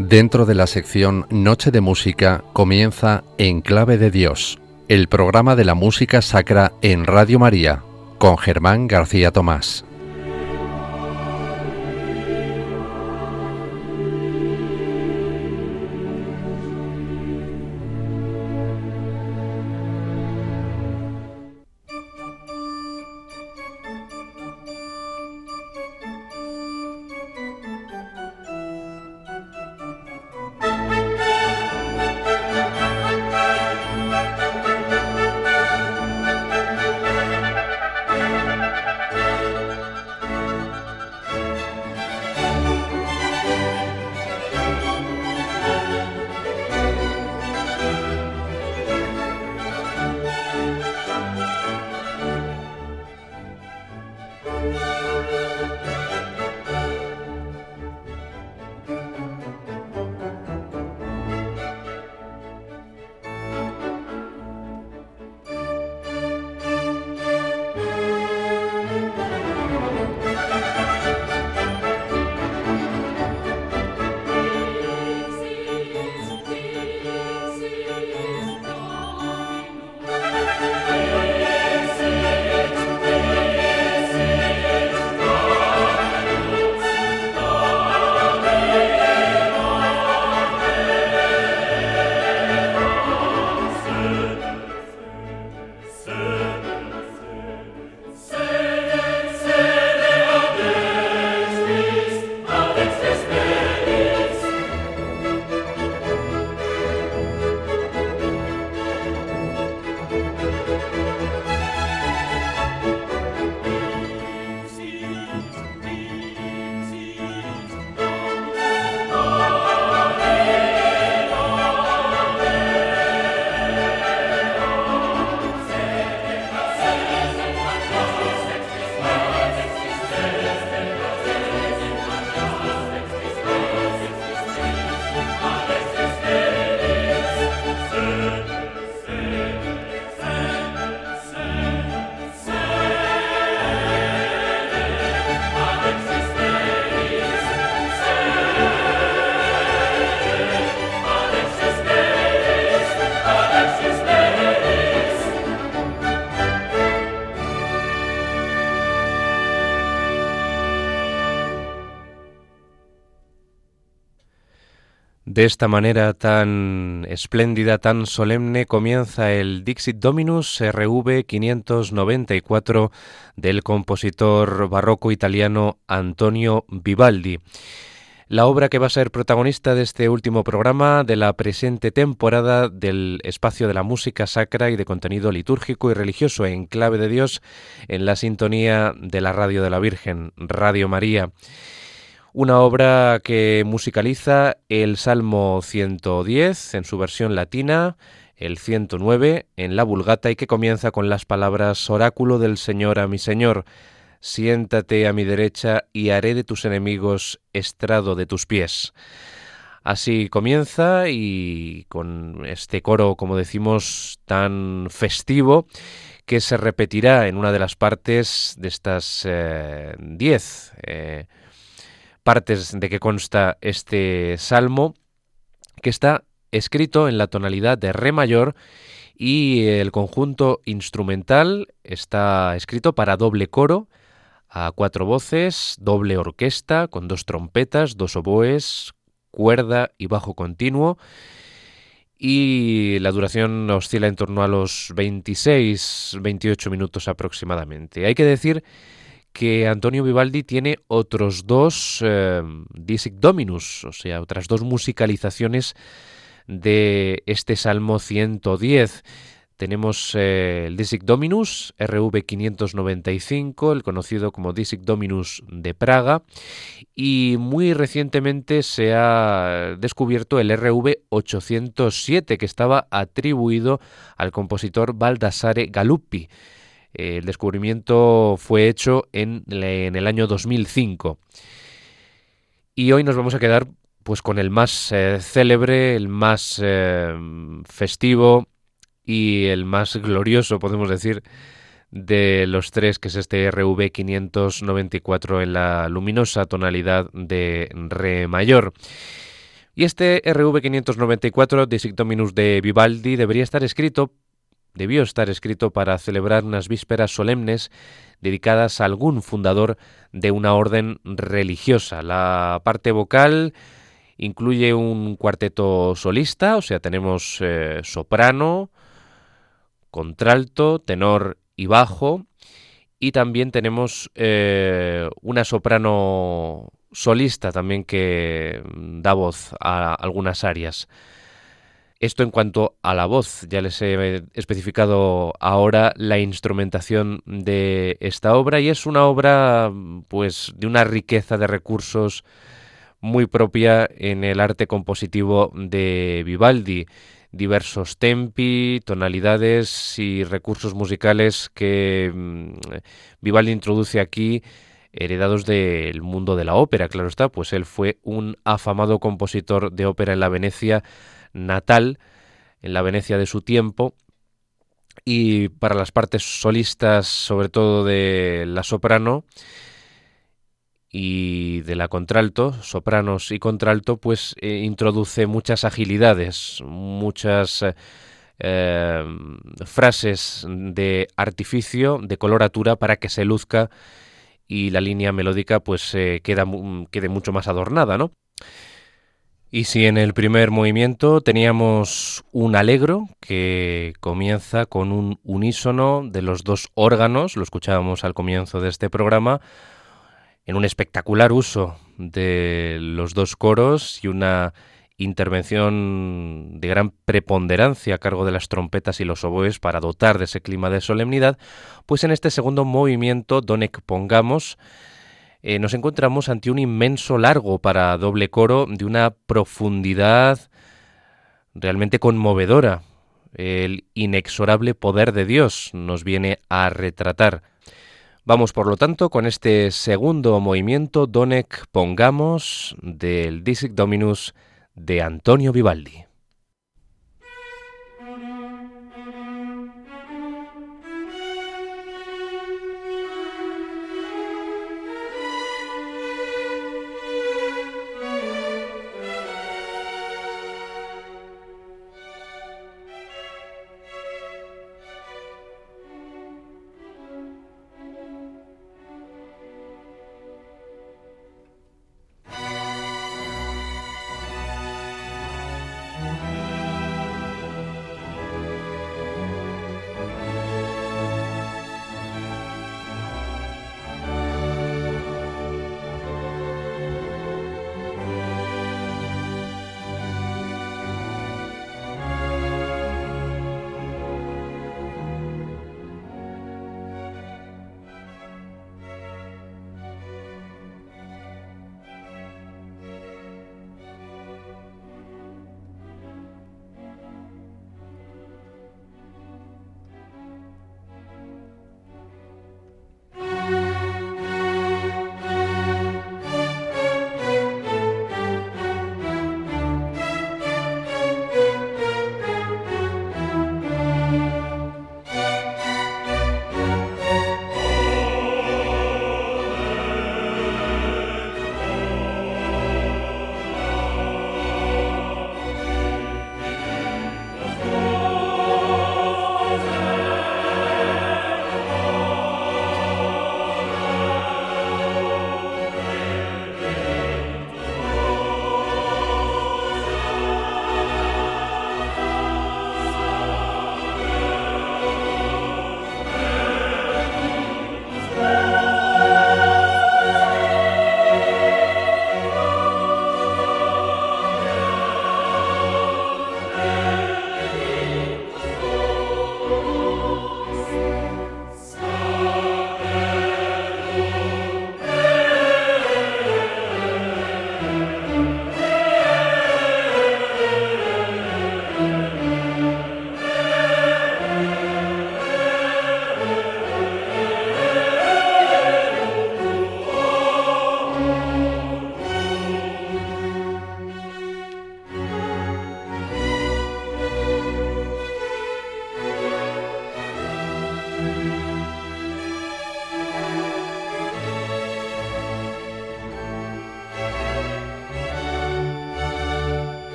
Dentro de la sección Noche de Música comienza En Clave de Dios, el programa de la música sacra en Radio María, con Germán García Tomás. De esta manera tan espléndida, tan solemne, comienza el Dixit Dominus RV 594 del compositor barroco italiano Antonio Vivaldi. La obra que va a ser protagonista de este último programa de la presente temporada del espacio de la música sacra y de contenido litúrgico y religioso en Clave de Dios en la sintonía de la Radio de la Virgen, Radio María. Una obra que musicaliza el Salmo 110 en su versión latina, el 109 en la Vulgata y que comienza con las palabras «Oráculo del Señor a mi Señor, siéntate a mi derecha y haré de tus enemigos estrado de tus pies». Así comienza y con este coro, como decimos, tan festivo que se repetirá en una de las partes de estas 10 partes de que consta este salmo, que está escrito en la tonalidad de re mayor y el conjunto instrumental está escrito para doble coro, a 4 voces, doble orquesta con 2 trompetas, 2 oboes, cuerda y bajo continuo, y la duración oscila en torno a los 26-28 minutos aproximadamente. Hay que decir que Antonio Vivaldi tiene otros 2 Dixit Dominus, o sea, otras 2 musicalizaciones de este Salmo 110. Tenemos el Dixit Dominus RV 595, el conocido como Dixit Dominus de Praga, y muy recientemente se ha descubierto el RV 807, que estaba atribuido al compositor Baldassare Galuppi. El descubrimiento fue hecho en el año 2005. Y hoy nos vamos a quedar pues con el más célebre, el más festivo y el más glorioso, podemos decir, de los 3, que es este RV 594 en la luminosa tonalidad de re mayor. Y este RV 594, Dixit Dominus de Vivaldi, debió estar escrito para celebrar unas vísperas solemnes dedicadas a algún fundador de una orden religiosa. La parte vocal incluye un cuarteto solista, o sea, tenemos soprano, contralto, tenor y bajo, y también tenemos una soprano solista también que da voz a algunas arias. Esto en cuanto a la voz. Ya les he especificado ahora la instrumentación de esta obra, y es una obra pues de una riqueza de recursos muy propia en el arte compositivo de Vivaldi. Diversos tempi, tonalidades y recursos musicales que Vivaldi introduce aquí, heredados del mundo de la ópera, claro está, pues él fue un afamado compositor de ópera en la Venecia natal, en la Venecia de su tiempo, y para las partes solistas, sobre todo de la soprano y de la contralto, sopranos y contralto, pues introduce muchas agilidades, muchas frases de artificio, de coloratura, para que se luzca y la línea melódica pues quede mucho más adornada, ¿no? Y si en el primer movimiento teníamos un allegro que comienza con un unísono de los dos órganos, lo escuchábamos al comienzo de este programa, en un espectacular uso de los dos coros y una intervención de gran preponderancia a cargo de las trompetas y los oboes para dotar de ese clima de solemnidad, pues en este segundo movimiento, Donec Pongamos, nos encontramos ante un inmenso largo para doble coro de una profundidad realmente conmovedora. El inexorable poder de Dios nos viene a retratar. Vamos, por lo tanto, con este segundo movimiento, Donec Pongamos, del Dixit Dominus de Antonio Vivaldi.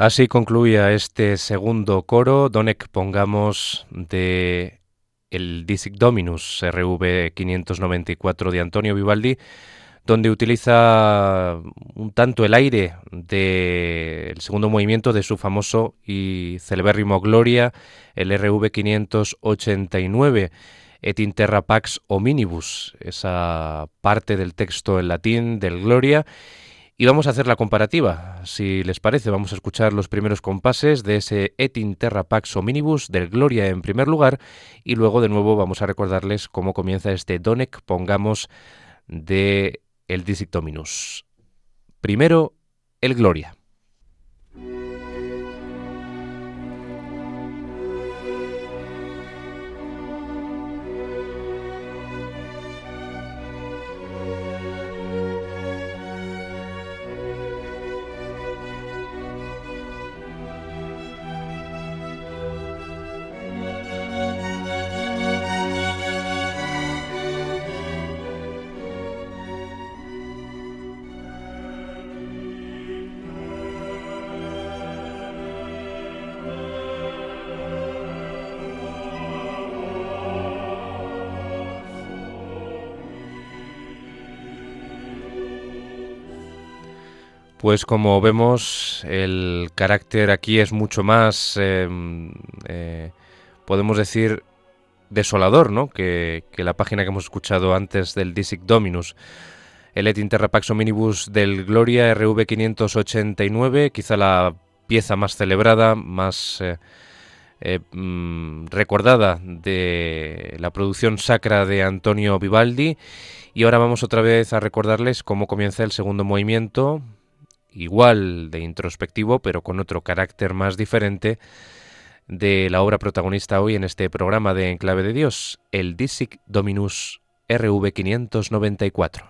Así concluía este segundo coro, Donec Pongamos, de el Dixit Dominus RV 594 de Antonio Vivaldi, donde utiliza un tanto el aire del segundo movimiento de su famoso y celebérrimo Gloria, el RV 589, Et in terra pax hominibus, esa parte del texto en latín del Gloria. Y vamos a hacer la comparativa, si les parece. Vamos a escuchar los primeros compases de ese Et in terra pax hominibus del Gloria en primer lugar, y luego de nuevo vamos a recordarles cómo comienza este Donec Pongamos de el Dixit Dominus. Primero, el Gloria. Pues como vemos, el carácter aquí es mucho más, podemos decir, desolador, ¿no?, que la página que hemos escuchado antes del Dixit Dominus. El Et in terra pax hominibus del Gloria RV 589, quizá la pieza más celebrada, más recordada de la producción sacra de Antonio Vivaldi. Y ahora vamos otra vez a recordarles cómo comienza el segundo movimiento, igual de introspectivo, pero con otro carácter más diferente, de la obra protagonista hoy en este programa de En Clave de Dios, el Dixit Dominus RV 594.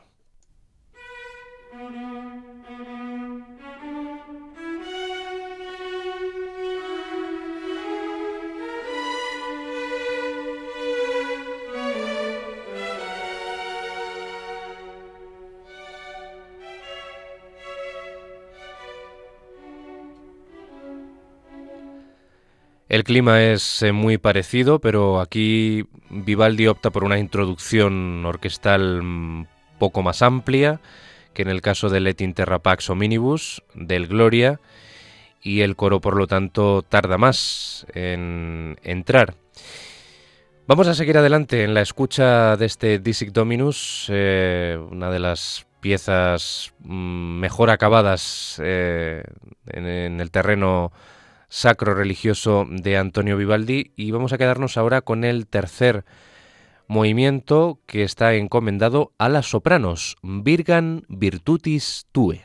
El clima es muy parecido, pero aquí Vivaldi opta por una introducción orquestal poco más amplia que en el caso del Et in terra pax hominibus del Gloria, y el coro, por lo tanto, tarda más en entrar. Vamos a seguir adelante en la escucha de este Dixit Dominus, una de las piezas mejor acabadas en el terreno sacro religioso de Antonio Vivaldi, y vamos a quedarnos ahora con el tercer movimiento, que está encomendado a las sopranos, Virgan virtutis tue.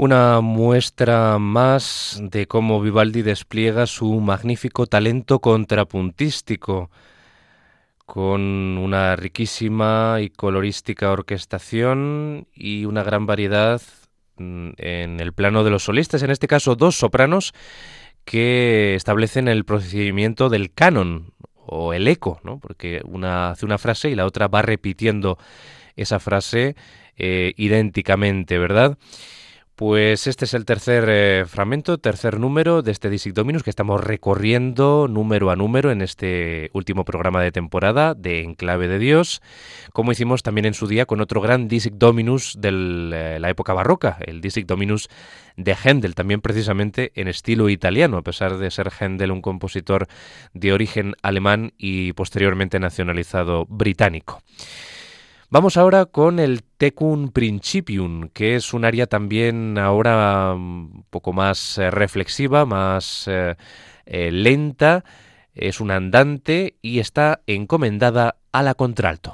Una muestra más de cómo Vivaldi despliega su magnífico talento contrapuntístico, con una riquísima y colorística orquestación y una gran variedad en el plano de los solistas, en este caso dos sopranos que establecen el procedimiento del canon o el eco, ¿no? Porque una hace una frase y la otra va repitiendo esa frase idénticamente, ¿verdad? Pues este es el tercer fragmento, tercer número de este Dixit Dominus que estamos recorriendo número a número en este último programa de temporada de En Clave de Dios, como hicimos también en su día con otro gran Dixit Dominus de la época barroca, el Dixit Dominus de Händel, también precisamente en estilo italiano, a pesar de ser Händel un compositor de origen alemán y posteriormente nacionalizado británico. Vamos ahora con el Tecum Principium, que es un área también ahora un poco más reflexiva, más lenta, es un andante y está encomendada a la contralto.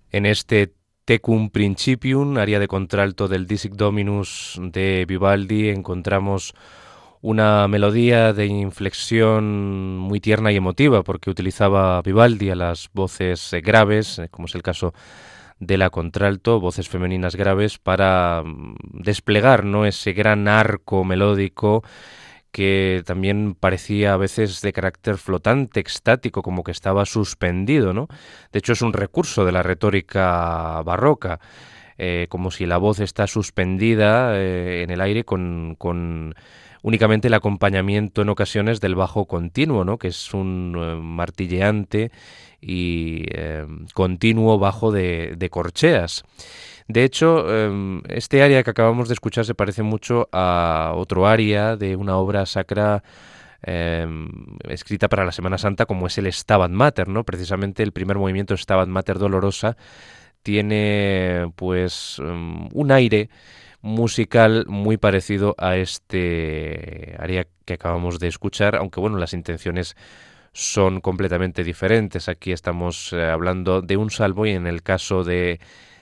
En este Tecum Principium, aria de contralto del Dixit Dominus de Vivaldi, encontramos una melodía de inflexión muy tierna y emotiva, porque utilizaba Vivaldi a las voces graves, como es el caso de la contralto, voces femeninas graves, para desplegar, ¿no?, ese gran arco melódico que también parecía a veces de carácter flotante, extático, como que estaba suspendido, ¿no? De hecho, es un recurso de la retórica barroca, como si la voz está suspendida en el aire con únicamente el acompañamiento en ocasiones del bajo continuo, ¿no?, que es un martilleante y continuo bajo de corcheas. De hecho, este aria que acabamos de escuchar se parece mucho a otro aria de una obra sacra escrita para la Semana Santa, como es el Stabat Mater, ¿no? Precisamente el primer movimiento, Stabat Mater Dolorosa, tiene pues un aire musical muy parecido a este aria que acabamos de escuchar, aunque bueno, las intenciones son completamente diferentes. Aquí estamos hablando de un salmo, y en el caso de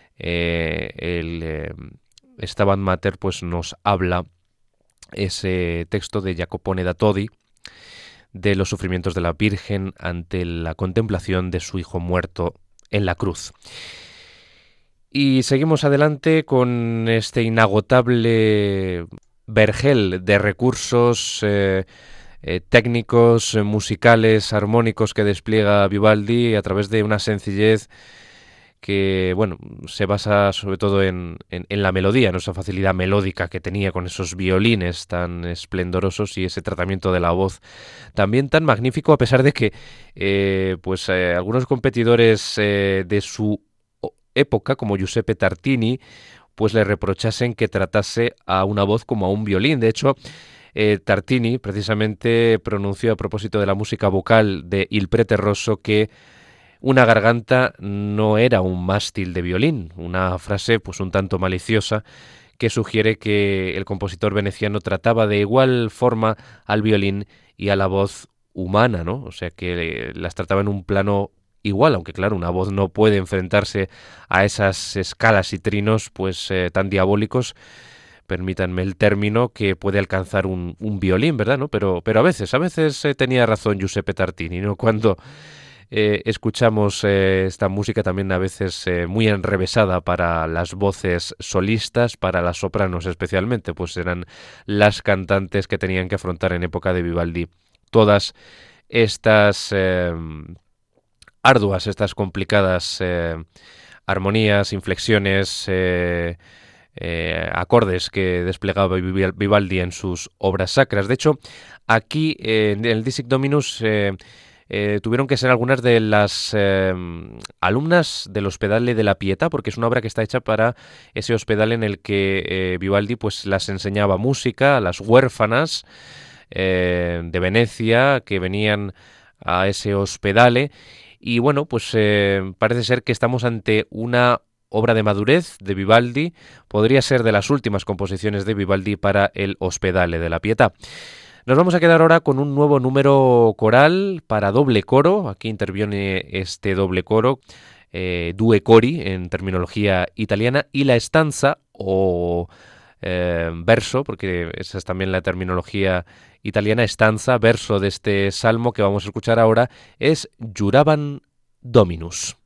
el Stabat Mater pues nos habla ese texto de Jacopone da Todi, de los sufrimientos de la Virgen ante la contemplación de su hijo muerto en la cruz. Y seguimos adelante con este inagotable vergel de recursos técnicos, musicales, armónicos que despliega Vivaldi a través de una sencillez que, bueno, se basa sobre todo en la melodía, ¿no?, esa facilidad melódica que tenía con esos violines tan esplendorosos y ese tratamiento de la voz también tan magnífico, a pesar de que algunos competidores de su época, como Giuseppe Tartini, pues le reprochasen que tratase a una voz como a un violín. De hecho, Tartini precisamente pronunció a propósito de la música vocal de Il Prete Rosso que una garganta no era un mástil de violín, una frase pues un tanto maliciosa que sugiere que el compositor veneciano trataba de igual forma al violín y a la voz humana, ¿no? O sea que las trataba en un plano igual, aunque claro, una voz no puede enfrentarse a esas escalas y trinos pues tan diabólicos, permítanme el término, que puede alcanzar un violín, ¿verdad?, ¿no? Pero a veces tenía razón Giuseppe Tartini, ¿no? Cuando escuchamos esta música también a veces muy enrevesada para las voces solistas, para las sopranos especialmente, pues eran las cantantes que tenían que afrontar en época de Vivaldi todas estas arduas, estas complicadas armonías, inflexiones, acordes que desplegaba Vivaldi en sus obras sacras. De hecho, aquí en el Dixit Dominus tuvieron que ser algunas de las alumnas del Ospedale de la Pietà, porque es una obra que está hecha para ese hospital en el que Vivaldi pues las enseñaba música a las huérfanas de Venecia que venían a ese Ospedale. Y bueno, pues parece ser que estamos ante una obra de madurez de Vivaldi, podría ser de las últimas composiciones de Vivaldi para el Ospedale de la Pietà. Nos vamos a quedar ahora con un nuevo número coral para doble coro. Aquí interviene este doble coro, due cori en terminología italiana, y la stanza o verso, porque esa es también la terminología italiana, stanza, verso de este salmo que vamos a escuchar ahora, es Juraban Dominus.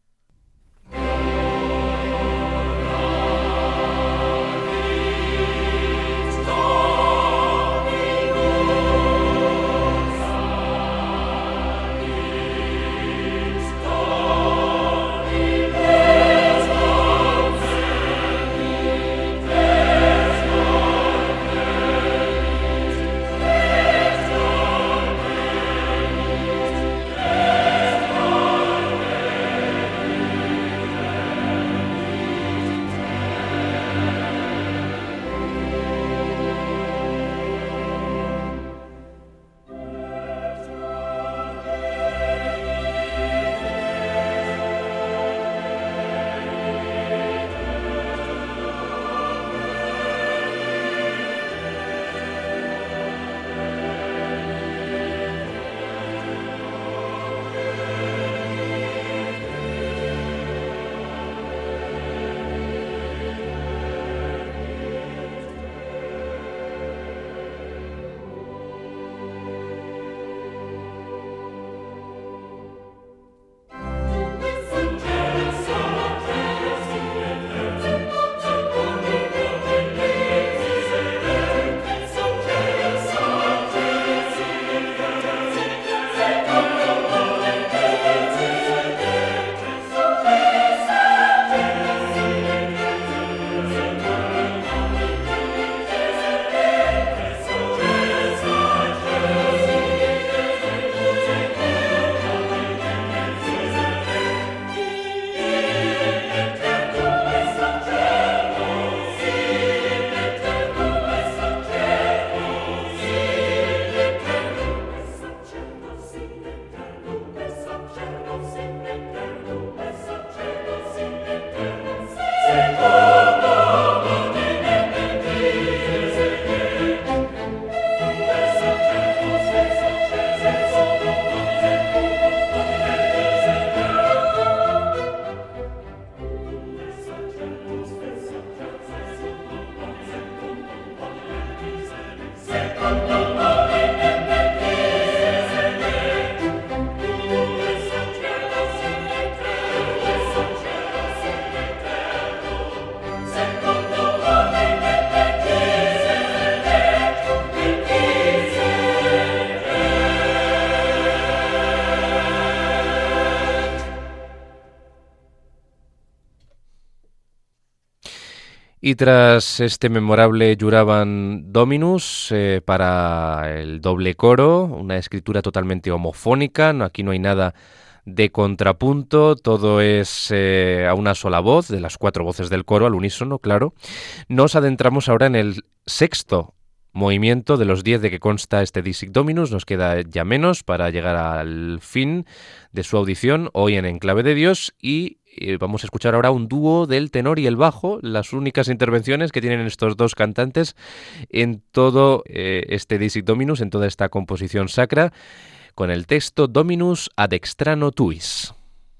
Y tras este memorable Juraban Dominus para el doble coro, una escritura totalmente homofónica, aquí no hay nada de contrapunto, todo es a una sola voz, de las 4 voces del coro, al unísono, claro. Nos adentramos ahora en el sexto movimiento de los 10 de que consta este Dixit Dominus. Nos queda ya menos para llegar al fin de su audición, hoy en Enclave de Dios, y vamos a escuchar ahora un dúo del tenor y el bajo, las únicas intervenciones que tienen estos dos cantantes en todo este Dixit Dominus, en toda esta composición sacra, con el texto Dominus ad extrano tuis.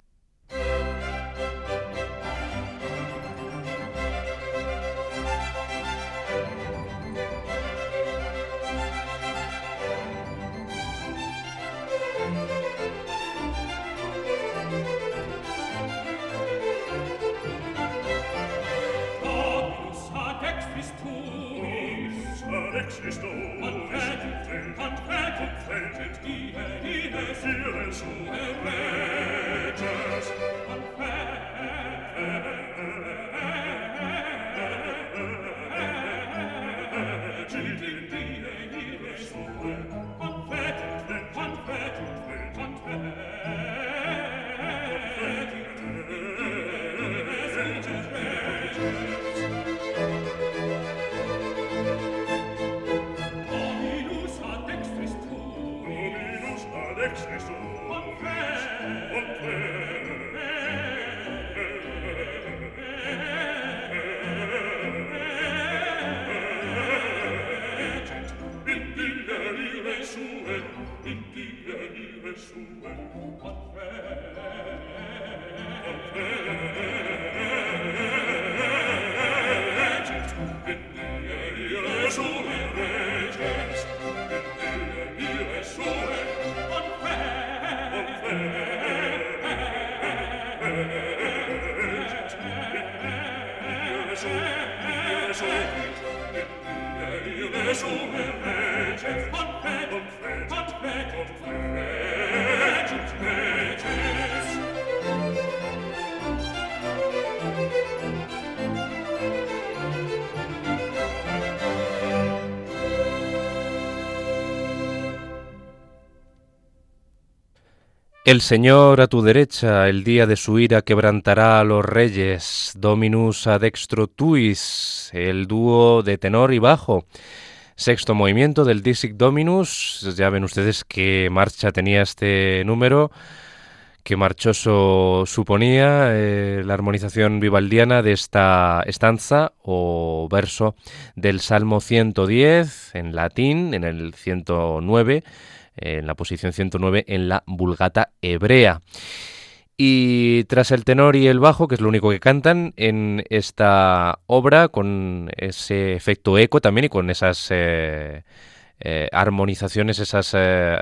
El Señor a tu derecha, el día de su ira quebrantará a los reyes. Dominus ad dextro tuis, el dúo de tenor y bajo. Sexto movimiento del Dixit Dominus. Ya ven ustedes qué marcha tenía este número, qué marchoso suponía la armonización vivaldiana de esta estanza o verso del Salmo 110 en latín, en el 109, en la posición 109 en la Vulgata hebrea. Y tras el tenor y el bajo, que es lo único que cantan en esta obra, con ese efecto eco también y con esas armonizaciones, esas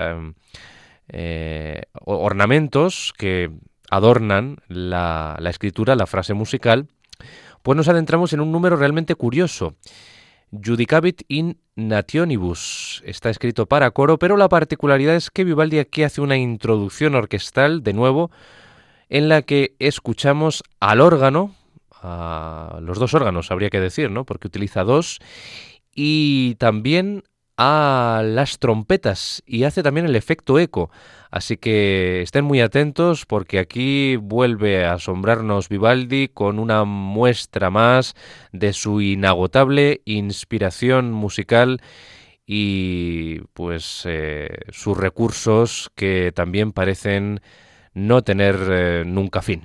ornamentos que adornan la escritura, la frase musical, pues nos adentramos en un número realmente curioso. Judicavit in nationibus. Está escrito para coro, pero la particularidad es que Vivaldi aquí hace una introducción orquestal, de nuevo, en la que escuchamos al órgano, a los dos órganos habría que decir, ¿no? Porque utiliza dos, y también a las trompetas, y hace también el efecto eco. Así que estén muy atentos porque aquí vuelve a asombrarnos Vivaldi con una muestra más de su inagotable inspiración musical y pues sus recursos que también parecen no tener nunca fin.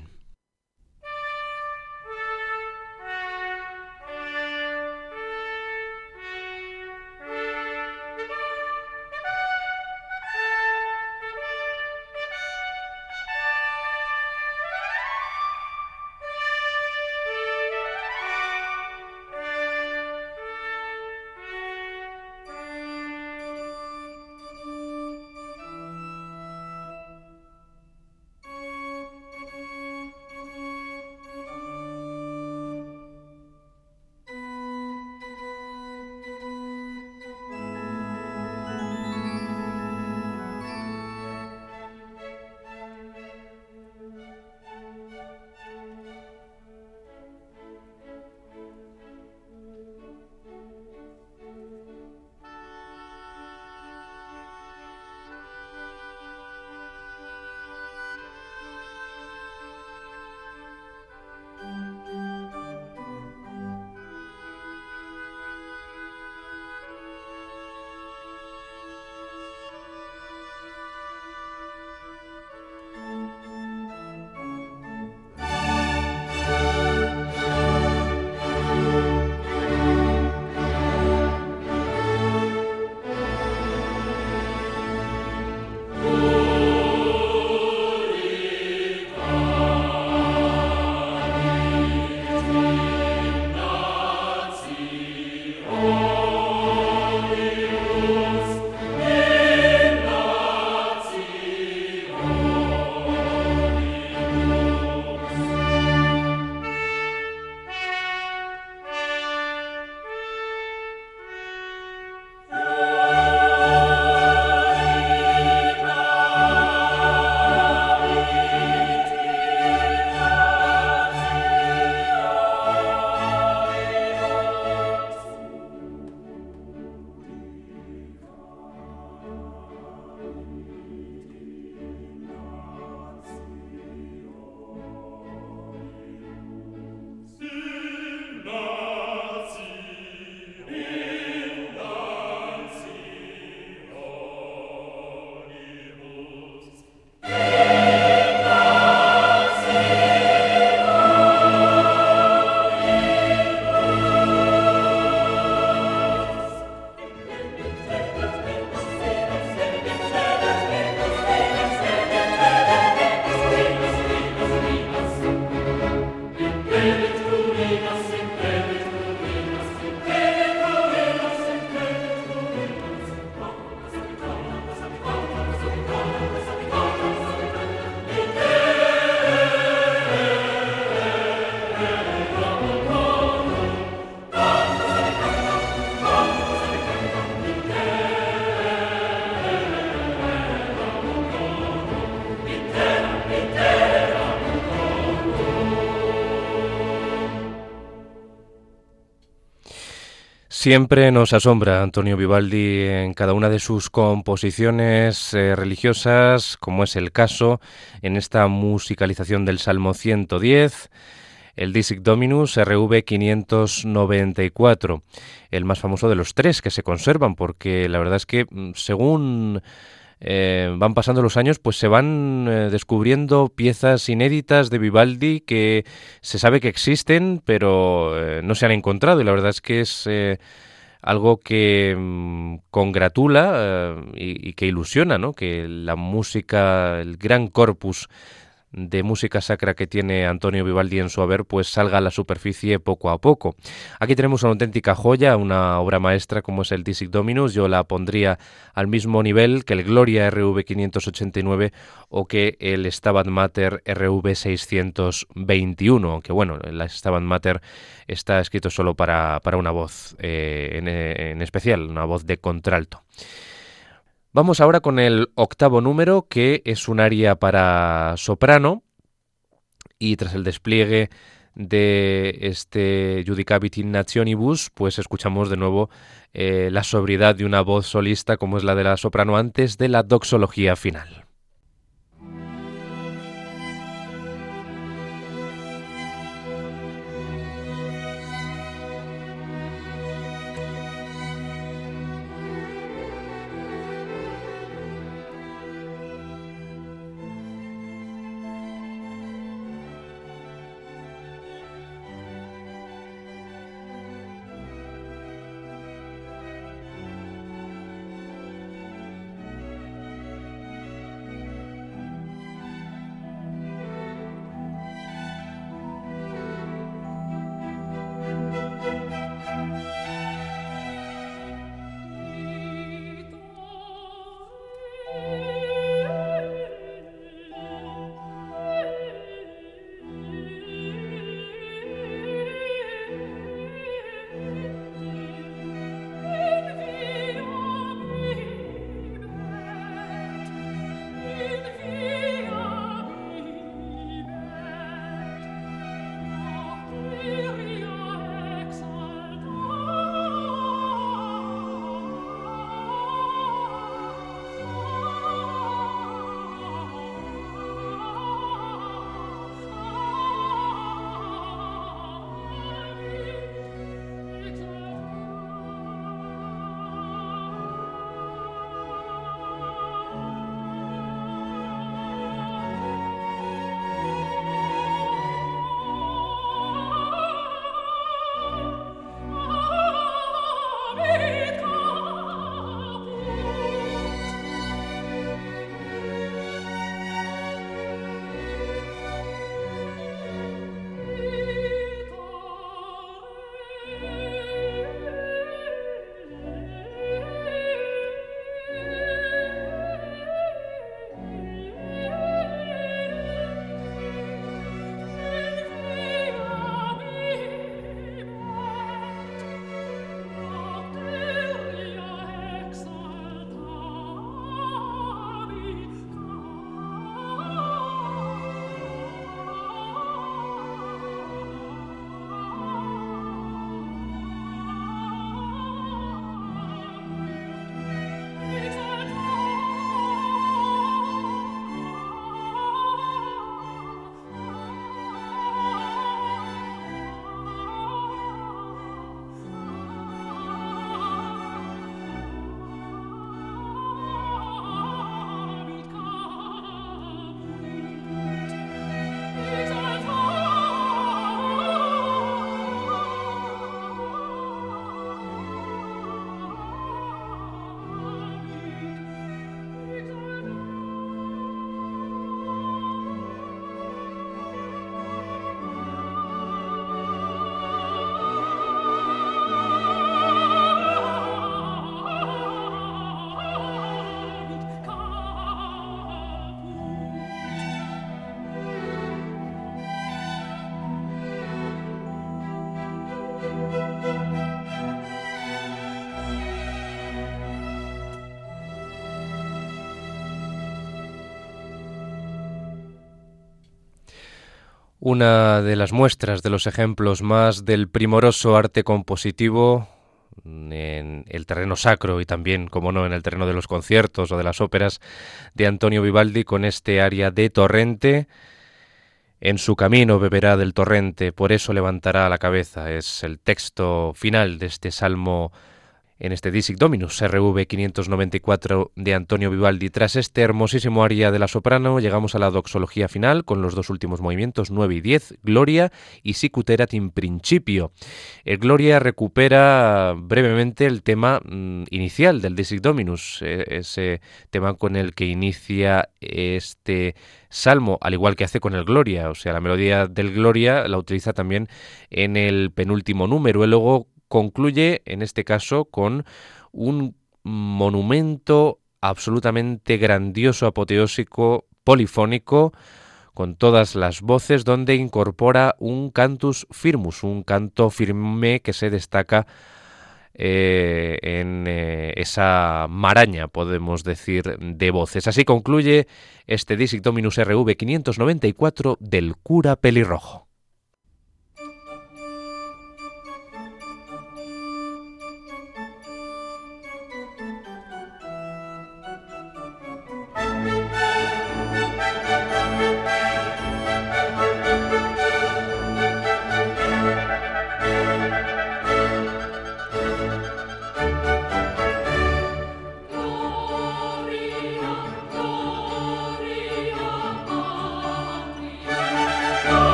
Siempre nos asombra Antonio Vivaldi en cada una de sus composiciones religiosas, como es el caso en esta musicalización del Salmo 110, el Dixit Dominus RV 594, el más famoso de los tres que se conservan, porque la verdad es que según van pasando los años, pues se van descubriendo piezas inéditas de Vivaldi que se sabe que existen, pero no se han encontrado, y la verdad es que es algo que congratula y que ilusiona, ¿no? Que la música, el gran corpus de música sacra que tiene Antonio Vivaldi en su haber, pues salga a la superficie poco a poco. Aquí tenemos una auténtica joya, una obra maestra como es el Dixit Dominus. Yo la pondría al mismo nivel que el Gloria RV 589 o que el Stabat Mater RV 621, aunque bueno, el Stabat Mater está escrito solo para una voz en especial, una voz de contralto. Vamos ahora con el octavo número, que es un aria para soprano, y tras el despliegue de este Judicabit in Nationibus, pues escuchamos de nuevo la sobriedad de una voz solista como es la de la soprano antes de la doxología final. Una de las muestras, de los ejemplos más del primoroso arte compositivo en el terreno sacro y también, como no, en el terreno de los conciertos o de las óperas de Antonio Vivaldi, con este aria de Torrente. En su camino beberá del torrente, por eso levantará la cabeza. Es el texto final de este salmo en este Dixit Dominus, RV 594 de Antonio Vivaldi. Tras este hermosísimo aria de la soprano, llegamos a la doxología final con los dos últimos movimientos, 9 y 10, Gloria y Sicut erat in principio. El Gloria recupera brevemente el tema inicial del Dixit Dominus, ese tema con el que inicia este salmo, al igual que hace con el Gloria, o sea, la melodía del Gloria la utiliza también en el penúltimo número, y luego concluye, en este caso, con un monumento absolutamente grandioso, apoteósico, polifónico, con todas las voces, donde incorpora un cantus firmus, un canto firme que se destaca en esa maraña, podemos decir, de voces. Así concluye este Dixit Dominus RV 594 del cura pelirrojo.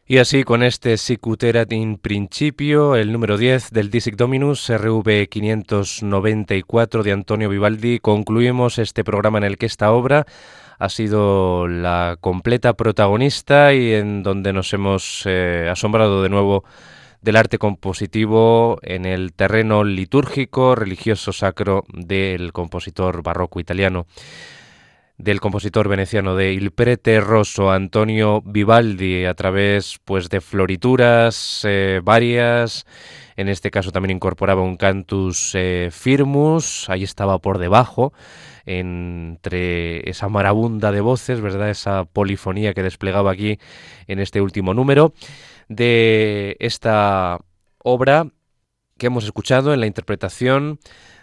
Y así, con este Sicut erat in principio, el número 10 del Dixit Dominus, RV 594 de Antonio Vivaldi, concluimos este programa en el que esta obra ha sido la completa protagonista y en donde nos hemos asombrado de nuevo del arte compositivo en el terreno litúrgico, religioso, sacro del compositor barroco italiano, del compositor veneciano de Il Prete Rosso, Antonio Vivaldi, a través pues de florituras varias. En este caso también incorporaba un cantus firmus, ahí estaba por debajo, entre esa marabunda de voces, ¿verdad? Esa polifonía que desplegaba aquí en este último número de esta obra que hemos escuchado en la interpretación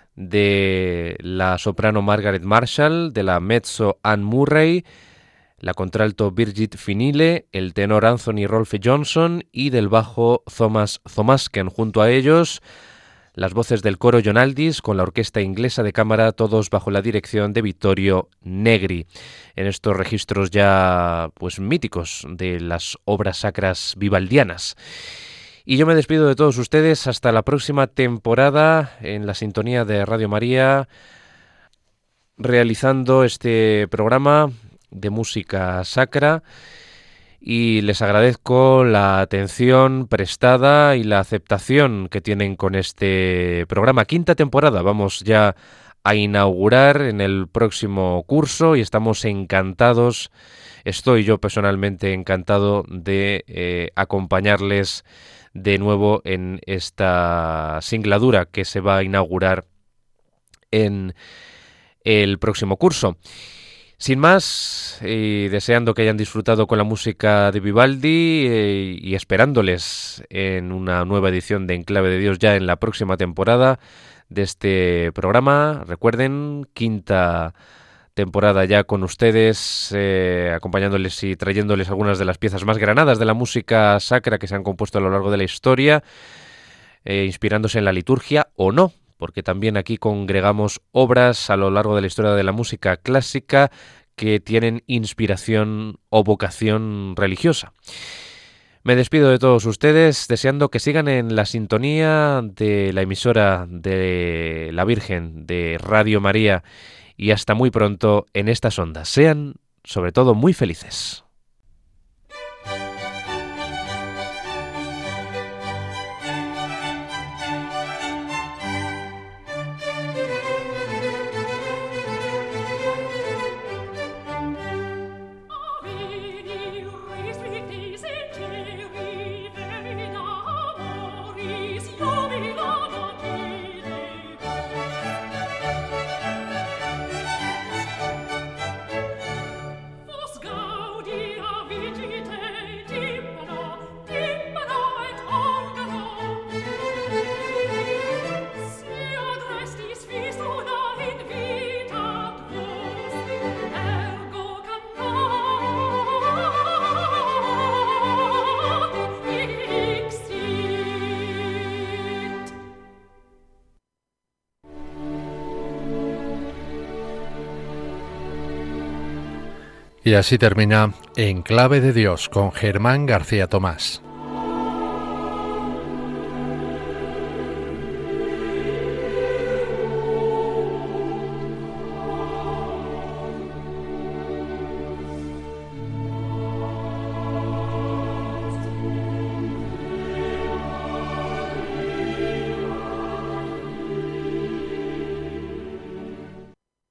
de la soprano Margaret Marshall, de la mezzo Anne Murray, la contralto Birgit Finile, el tenor Anthony Rolfe Johnson y del bajo Thomas Thomasken. Junto a ellos, las voces del coro John Aldis con la orquesta inglesa de cámara, todos bajo la dirección de Vittorio Negri. En estos registros ya pues míticos de las obras sacras vivaldianas. Y yo me despido de todos ustedes hasta la próxima temporada en la sintonía de Radio María, realizando este programa de música sacra, y les agradezco la atención prestada y la aceptación que tienen con este programa. Quinta temporada vamos ya a inaugurar en el próximo curso y estamos encantados, estoy yo personalmente encantado de acompañarles de nuevo en esta singladura que se va a inaugurar en el próximo curso. Sin más, deseando que hayan disfrutado con la música de Vivaldi y esperándoles en una nueva edición de Enclave de Dios ya en la próxima temporada de este programa. Recuerden, quinta temporada ya con ustedes, acompañándoles y trayéndoles algunas de las piezas más granadas de la música sacra que se han compuesto a lo largo de la historia, inspirándose en la liturgia o no, porque también aquí congregamos obras a lo largo de la historia de la música clásica que tienen inspiración o vocación religiosa. Me despido de todos ustedes deseando que sigan en la sintonía de la emisora de la Virgen, de Radio María, y hasta muy pronto en estas ondas. Sean, sobre todo, muy felices. Y así termina En Clave de Dios con Germán García Tomás.